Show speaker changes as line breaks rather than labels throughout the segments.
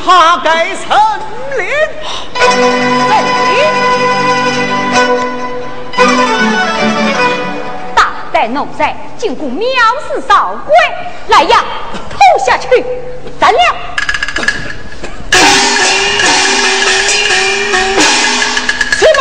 他该成立。
大胆奴才，禁锢藐视少鬼，来呀，投下去！斩了！
起码，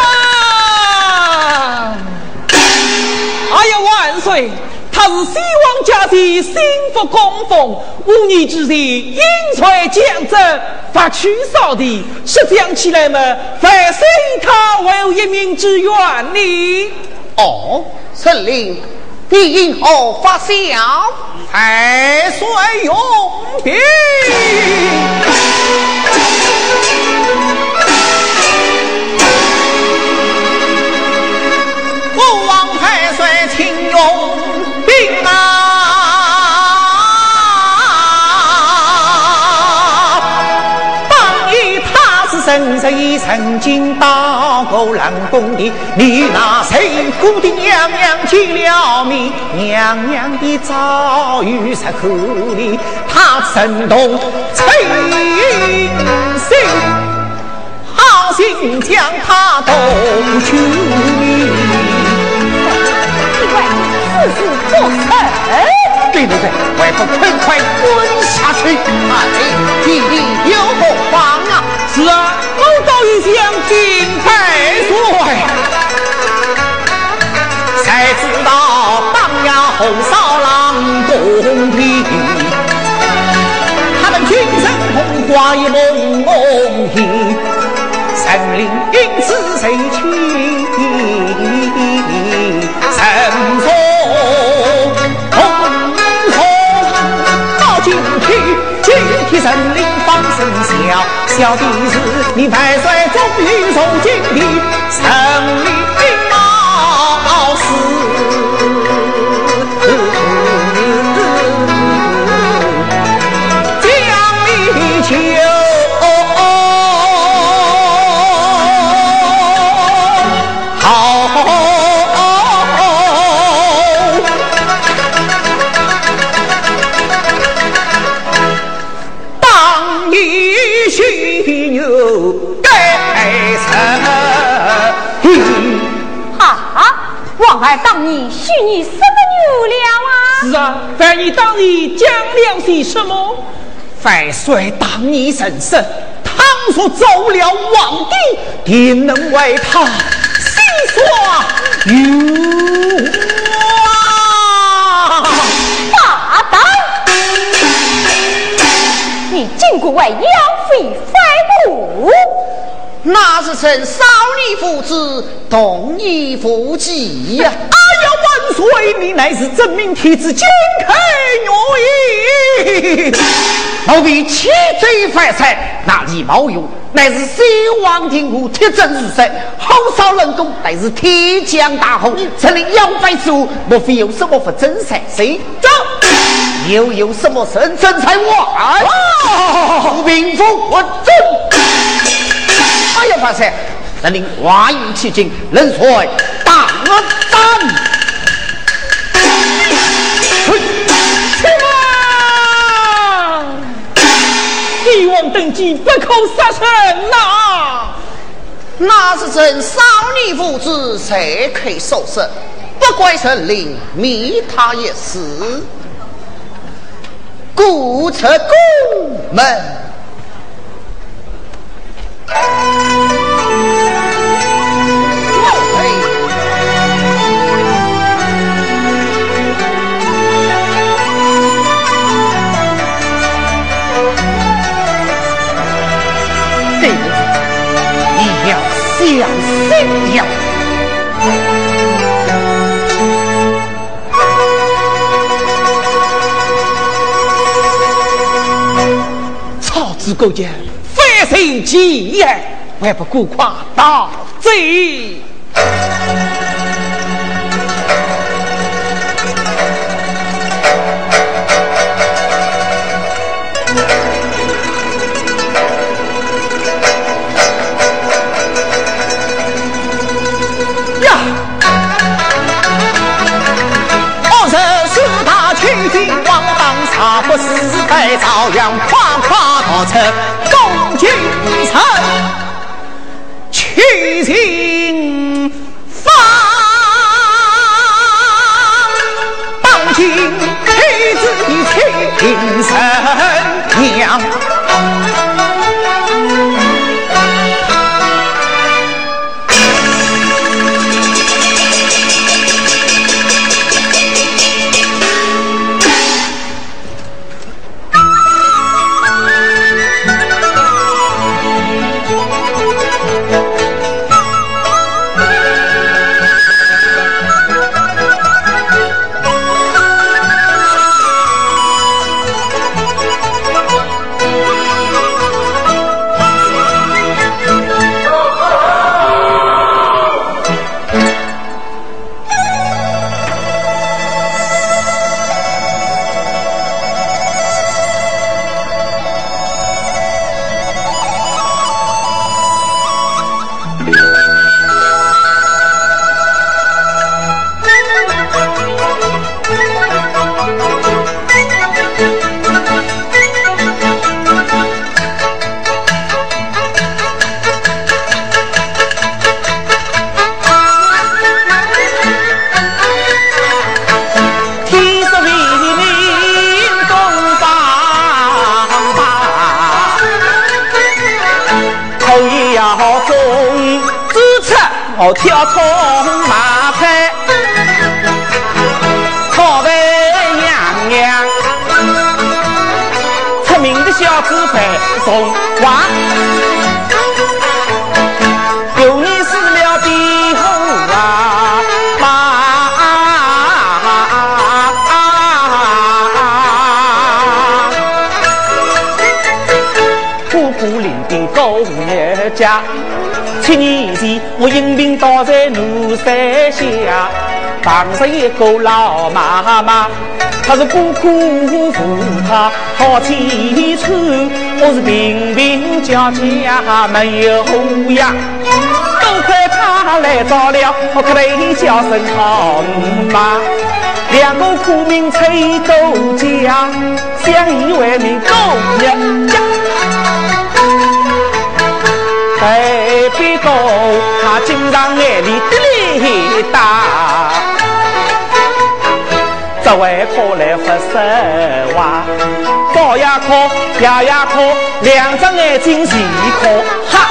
哎呀，万岁！他是西王家的心腹供奉，无逆之地，阴吹降阵，发去扫地，实讲起来嘛，反是以他为一命之冤呢。
哦，臣令必因何发笑？
太岁用兵。
父王太岁请用兵啊！
当以他是生生已曾经到过冷宫的，你那谁姑的娘娘见了面，娘娘的遭遇是可怜，他震动情心，好心将他动去。
此事作成。
对，为不快快滚下去？哎，弟弟有何妨啊？
是啊，我早已想听太岁，才知道当呀红烧郎公平，他们君臣红花一梦里，神灵因此谁去？神风红红到今天神灵放声笑，笑的是你太岁终于受尽的神灵冒失。
王儿当你许你什么牛了啊？
是啊，凡你当你讲了些什么？凡岁当你神圣，倘若走了王帝，定能为他洗刷冤枉。
大胆！你禁锢为妖妃反目，
那是臣少你父子，动你父计呀！
哎呀，万岁！你乃是真命天子，金开玉衣，
奴婢七嘴反才，那李茂勇乃是西王庭湖铁证如山，后少人工乃是铁匠大侯，臣令妖妃之物，莫非有什么不真才？谁走？又有什么神真才外？兵符我准。哎呀，发财！臣令话语其境，人帅大胆。
帝王登基不可杀臣呐！
那是朕少你父子，谁可以受审？不怪臣令灭他也是。故策宫门。
这个你要小心呀！操之勾结，反省其言，还不顾夸大贼。他不时代照样夸夸头， 出公君臣，去尽方当今妻子的亲生娘。我挑葱麻菜，讨为娘娘，出名的小子范松华，有你死了的后啊虎虎领兵攻岳家。7年前，我引兵倒在庐山下，碰上一个老妈妈，她是孤苦无他，好凄惨。我是平平家家没有呀，多亏她来照料，我可得叫声好妈。2个苦命吹豆家，相依为命共一家。北边高，他经常眼里的力大，这位可来不实话，高呀高，压呀高，2只眼睛齐靠，哈！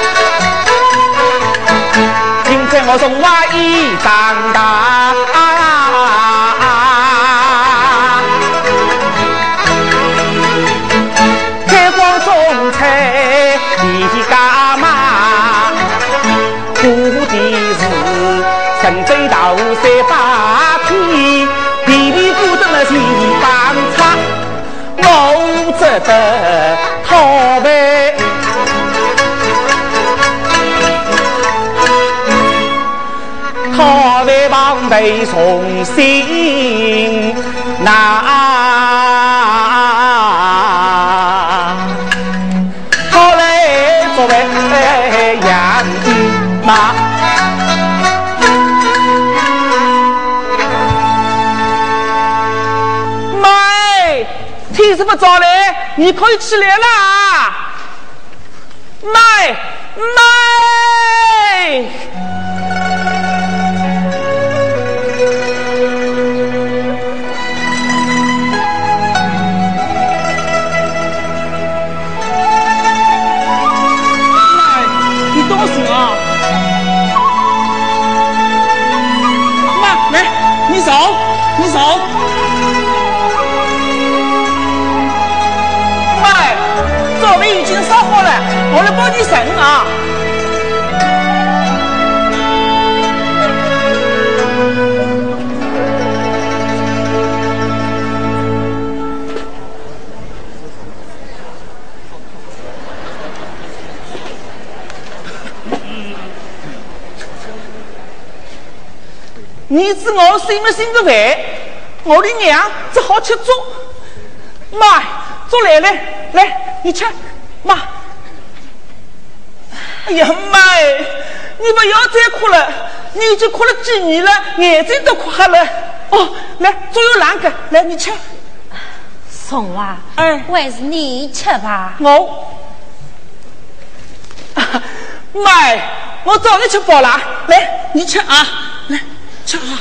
今天我从娃一长大，开荒种菜，地干。神州大湖300天，皮皮鼓得了前帮差，我只得讨呗。讨呗帮被重新拿，讨来作为养的马。天是不早嘞，你可以起来啦！妈，你多心啊！妈，来，你走。早饭已经烧好了，我来帮你盛啊。你知我心没心的饭，我的娘只好吃粥。妈，粥来了，来。你吃，妈！哎呀，妈哎，你不要再哭了，你已经哭了几年了，眼睛都哭黑了。哦，来，粥有2个，来你吃。
送啊！
哎，
还是你吃吧。
我，妈，我找你吃饱了，来，你吃啊，来吃啊。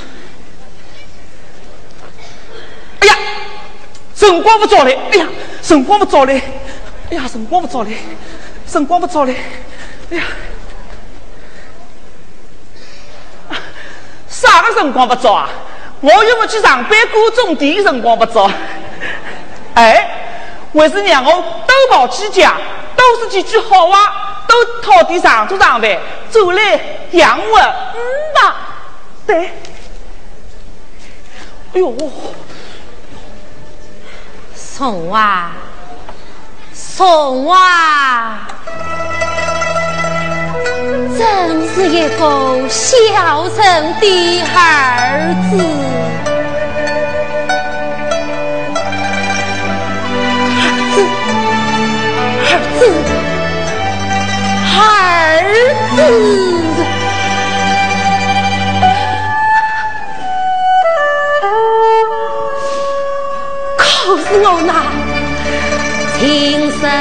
哎呀，辰光不早了，哎呀，辰光不早了，哎呀，辰光不早了，辰光不早了，哎呀，啥个辰光不早啊？我又不去上班过种地，辰光不早。哎，还是让我都跑去讲，都是几句好话，都讨地上做上饭，走来养我。吧，对。哎呦，
送啊，送啊！真是一个孝顺的儿子。儿子，可是我那亲生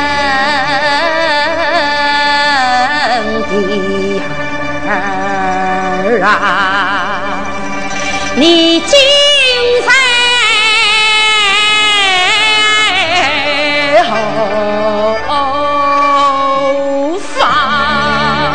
的儿啊，你今在后方。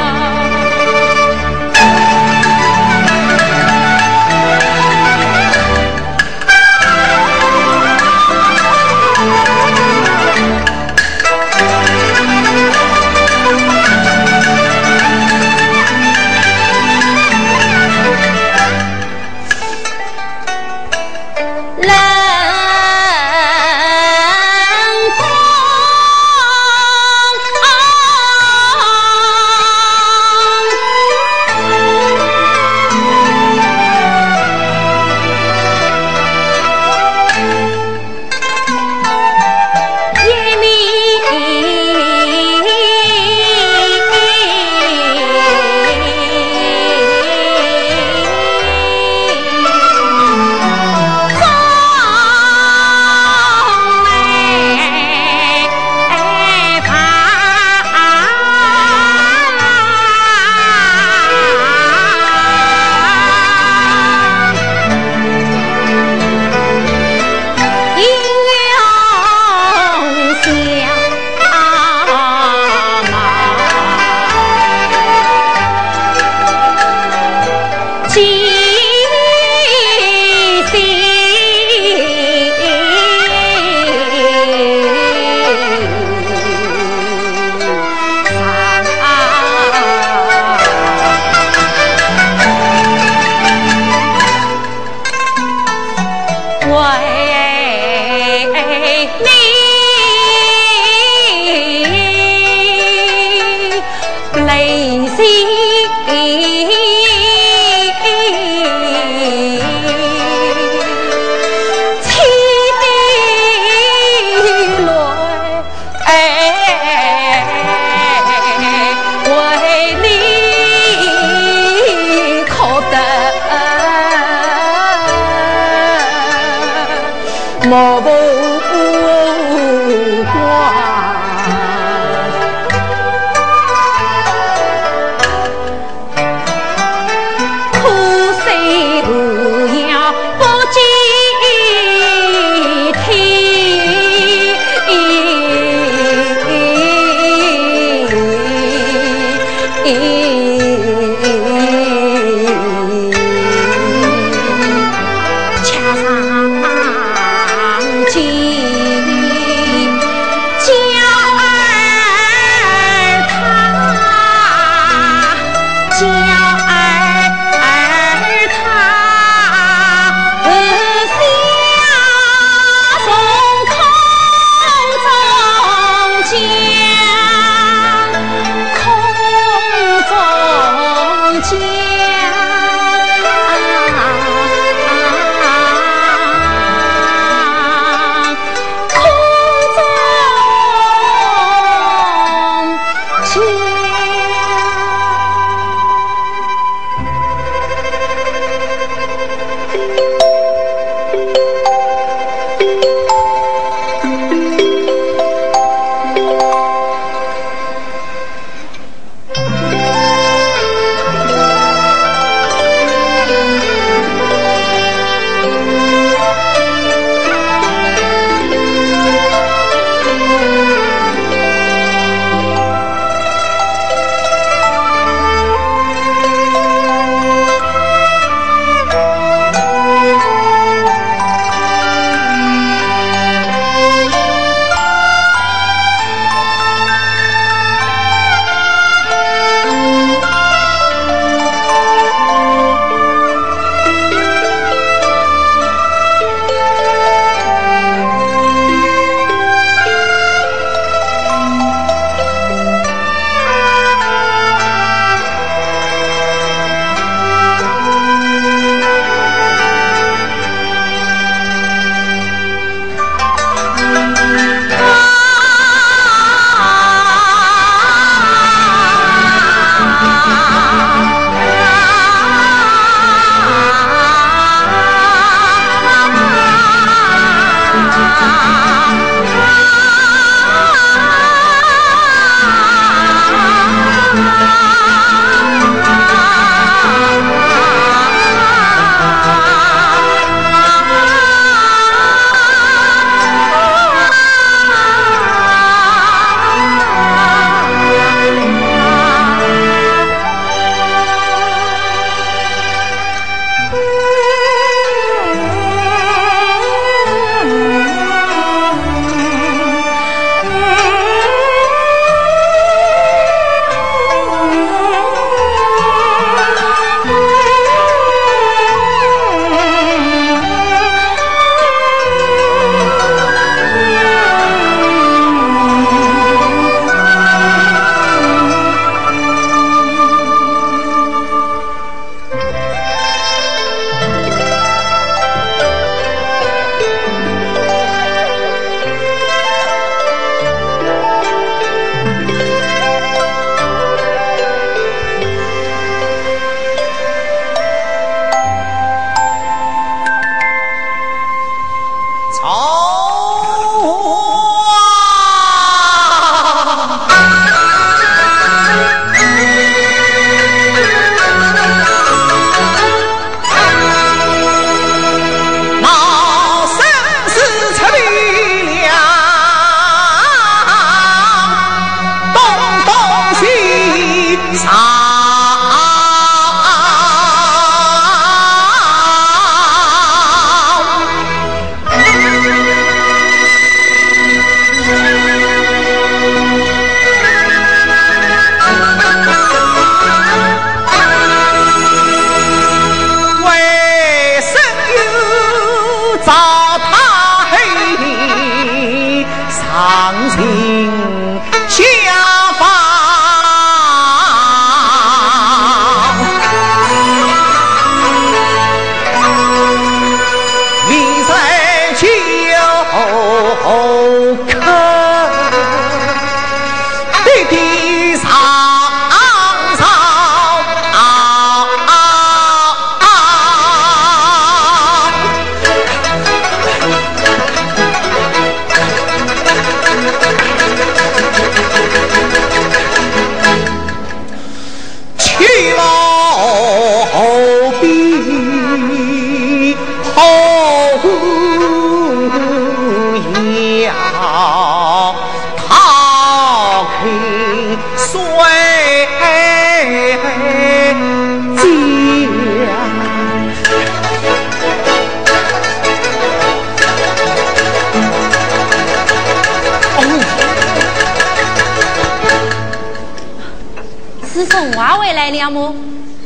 宋娃回来了么？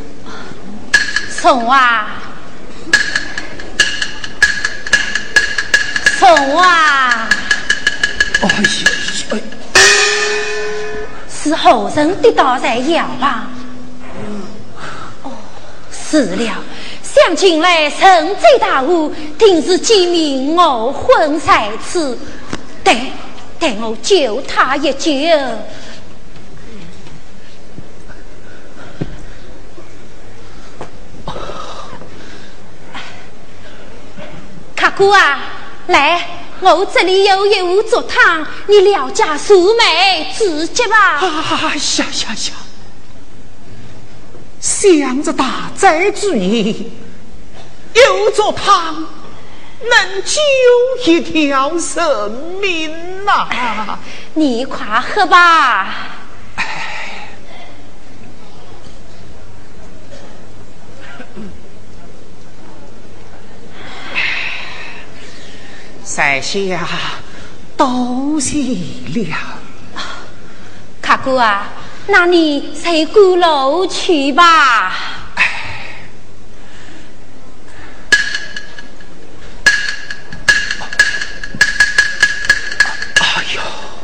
宋娃，宋娃，
哎呀，
是后生跌倒在腰吧？哦，是了。想进来神罪大恶，定是记名我昏在此，待我救他一救。卡姑啊，来，我这里有一壶浊汤，你了解素梅自己吧。
下，想着大灾之意，有着汤能救一条生命呐！
你快喝吧。
在下多谢了。
卡姑啊，那你随鼓楼去吧。
哎呦，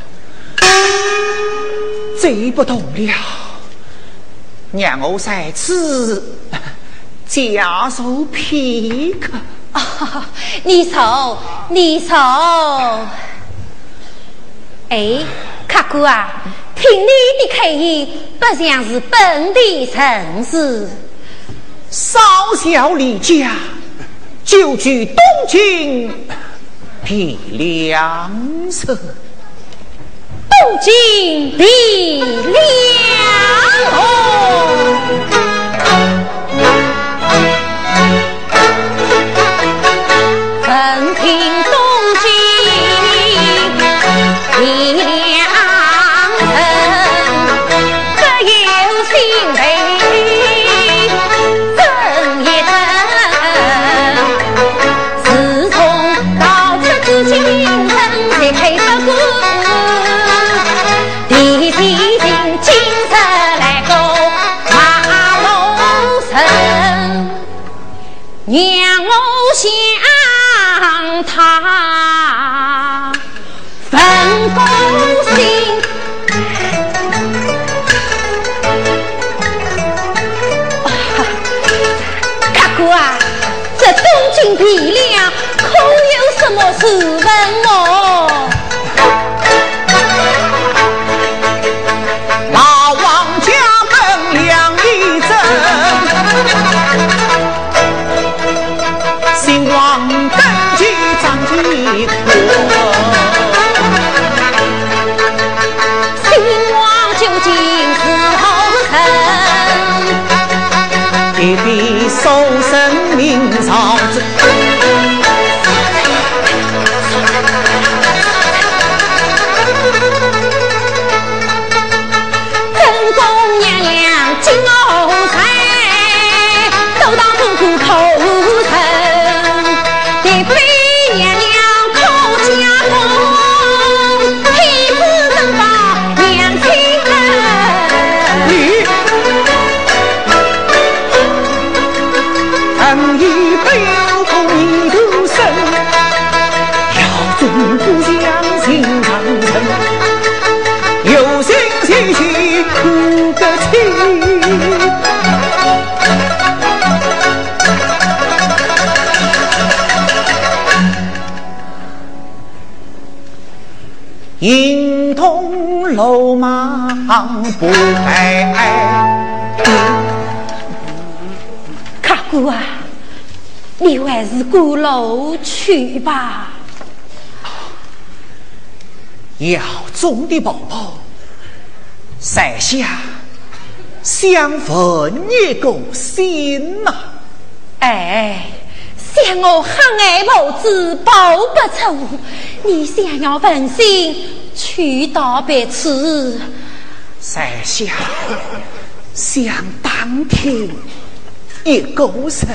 走不动了，让我在此假手片刻。
你走。哎，卡姑啊，听你的口音，不像是本地城市。
少小离家，就居东京，比良社。
东京比良闻听东京比良各有心悲真一真。自从到此至今，才开不过地地精精神来go马路神，让我想他分公心。卡姑啊，这东京比良可有什么事问我？
老王家本领一真，兴旺根基长几棵，
兴旺究竟是后生，
一笔收生明朝之。银铜楼忙不开。
卡姑啊，你还是鼓楼去吧。
要中的宝宝，在下相分一个心呐。
哎，想我憨爱婆子报不出，你想要分心去到别处。
在下想当天一个神，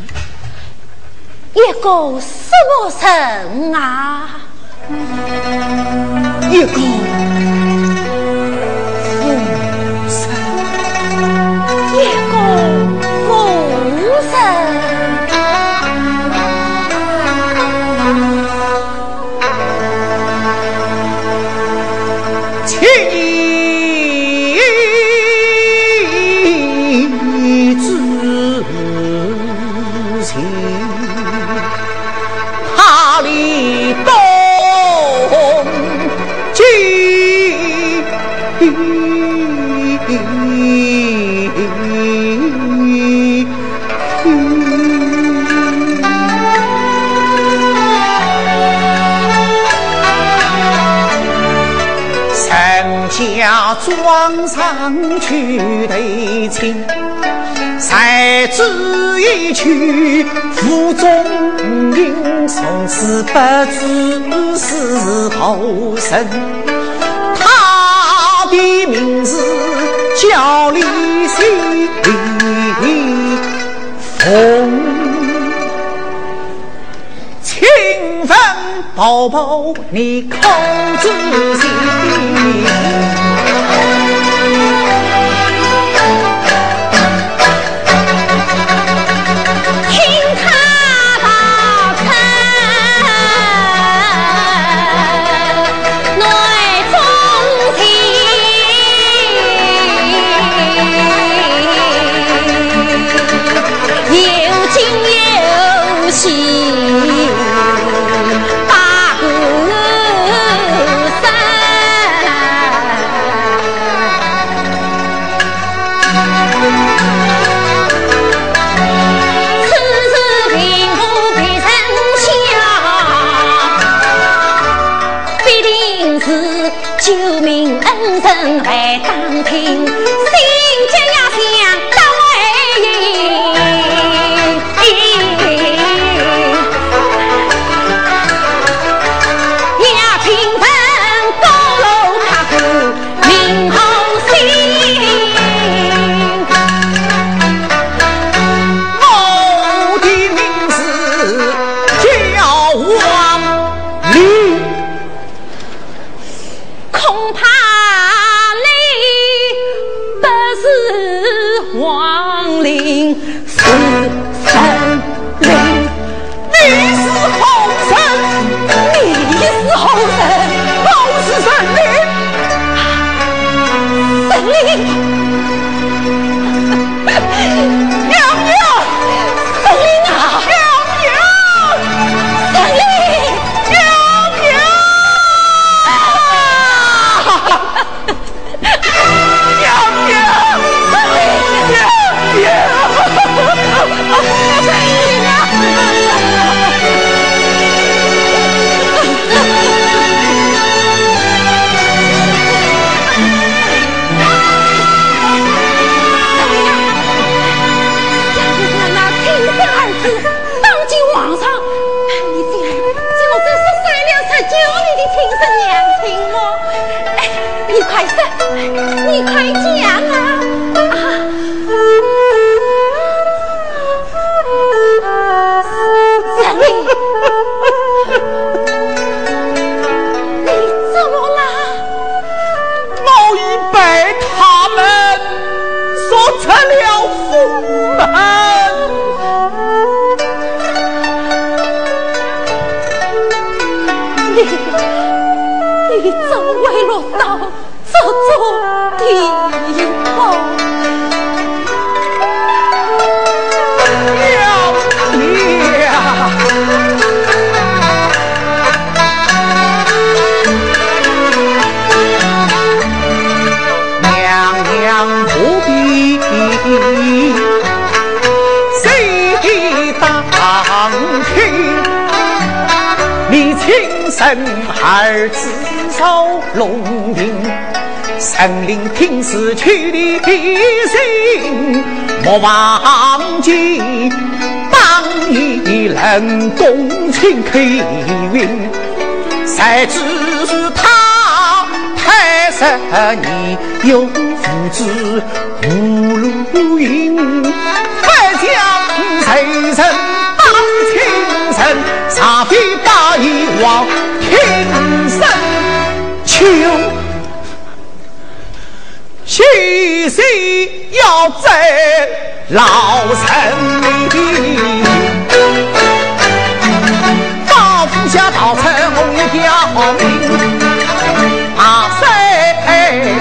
一个什么神啊？
一个父神。 陈家庄上去对亲，才知一去府中人，从此不知是后生。他的名字叫李喜凤，请问宝宝你可知悉？
救命恩人来当听，心急呀想到呀听闻高楼卡夫名后心，
我的名字叫王林，
恐怕你不是王林，是神灵。
你是后生，
你是后神，
我是神灵。
神灵，
娘娘，
神灵啊，
娘娘，
神灵，
娘娘，娘娘，娘
那亲生儿子当今皇上，你竟然就是杀了19你的亲生娘亲么？哎，你快说，你快讲啊！神灵，你怎么了？
我已被他们所成了府门。
你怎会落到这种地步？
娘娘不必谁当听，你亲生儿子受龙庭，神灵听是去的心，莫忘记当一人共情开运，才知他太神你有福子无路云，快将谁人当亲神，煞非把一往听神求，许谁要在老神里，把府下到成红一条命，把谁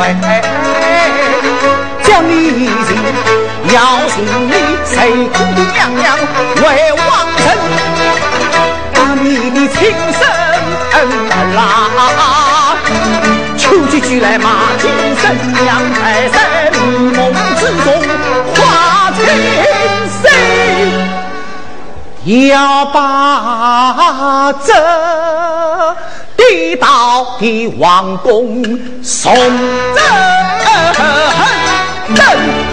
叫你要心里谁苦的娘娘为王臣，把你的亲生儿啦，求几句来骂今生娘在生梦之中化情深。 要把这地道的王公送人。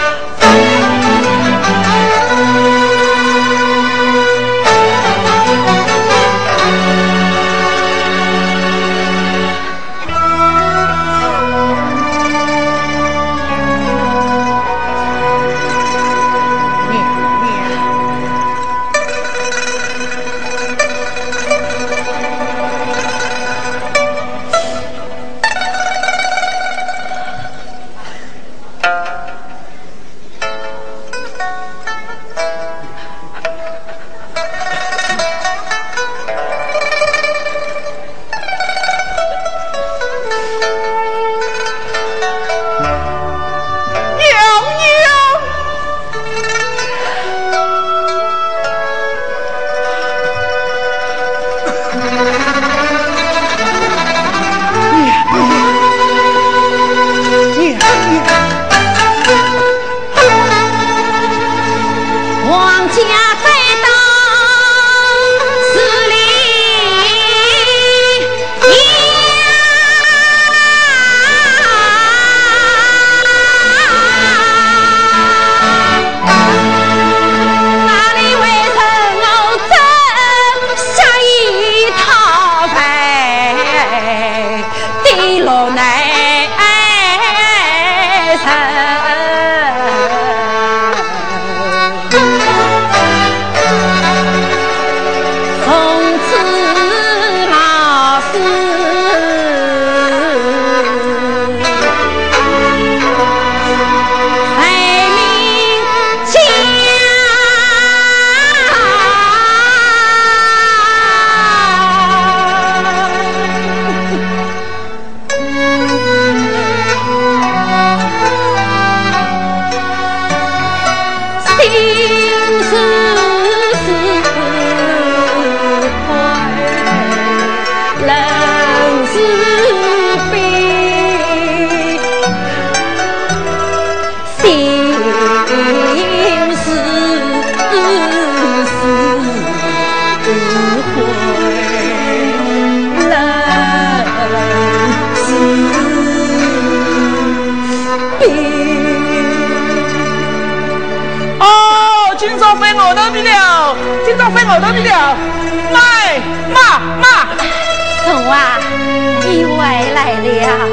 宋啊，你回来了。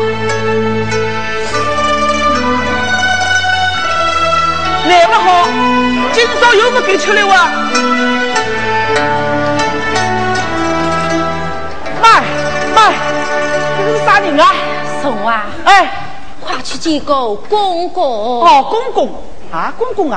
来不好，今朝又不给吃了啊！妈，这个是啥人啊？
宋啊，
哎，
快去见个公公。
哦，公公啊，公公啊。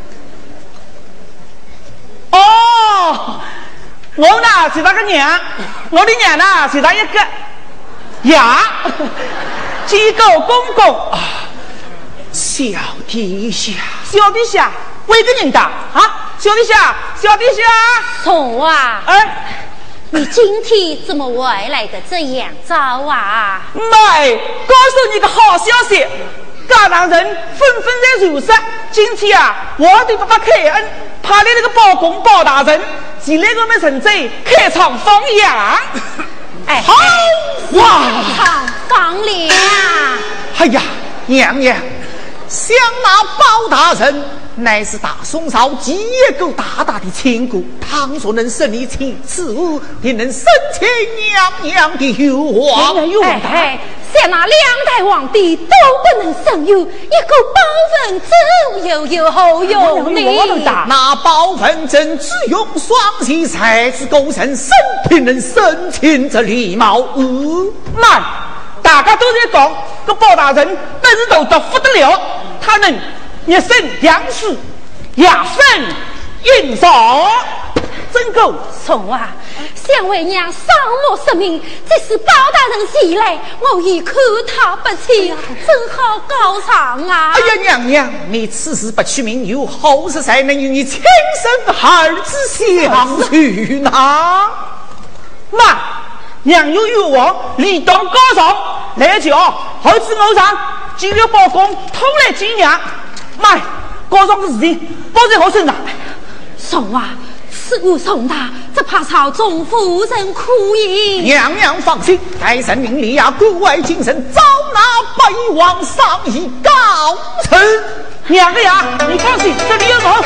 哦，我呢是他个娘，我的娘呢是他一个呀，见个公公啊，
小弟下，
为个人的啊，小弟下，
宋啊，
哎。
你今天怎么回来的这样早啊？
妈，告诉你个好消息，家上人纷纷在传说，今天啊，我对爸爸开恩，派来那个包公包大人，前来我们城镇开场放羊。
哎，
好哇！
场放粮。
哎呀，娘娘，想那包大人乃是大宋朝几个大大的亲故，倘若能生你其子，定能生前娘娘的有望。
哎，像那两代皇帝都不能生有，一个包文正有后有你。
那包文正只用双膝才是构成生平能生亲之礼貌。
妈，大家都在讲，这包大人本事头大不得了，他能一生养士，养分应少，真够。
宋啊，想为娘伤我生命，这是包大人前来，我已看他不起，真好高尚啊！
哎呀，娘娘，你此时不取名，有后世才能与你亲生儿子相许呢？
妈，娘有愿望，理当高尚。来就后知偶上，进了包公偷来见娘。妈，高尚的事情包在我身上。
宋啊， 事务重大，只怕朝中夫人苦迎。
娘娘放心，待神命里呀，国外精神，招纳北王上议告辞。
娘的呀，你放心，这里有我。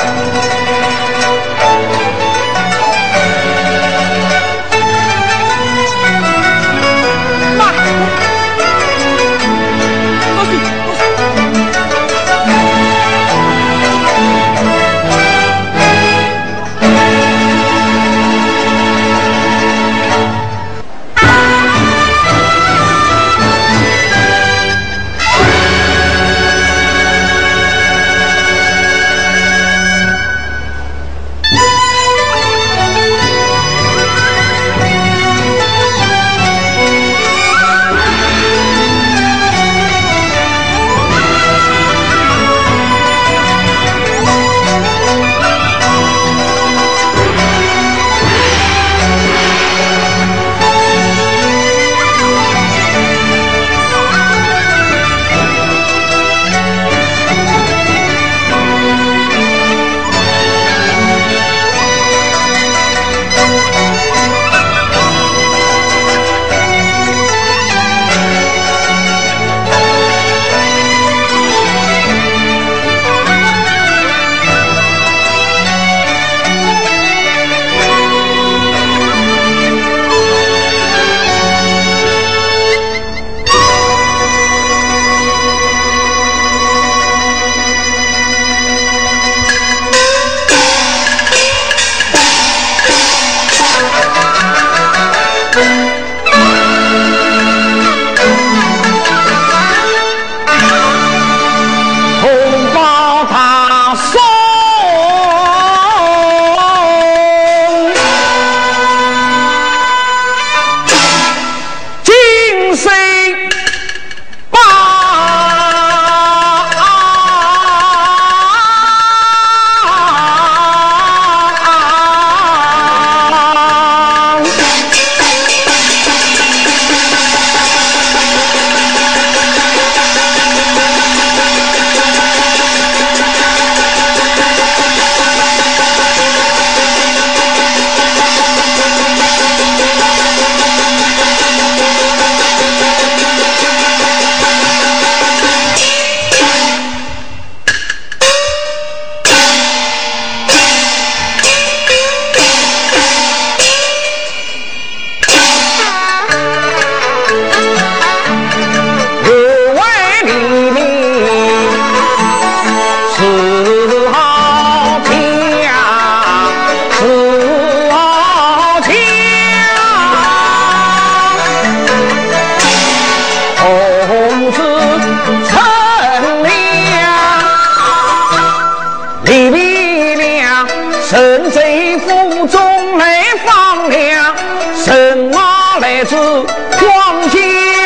臣贼府中来放粮，神马来自黄金。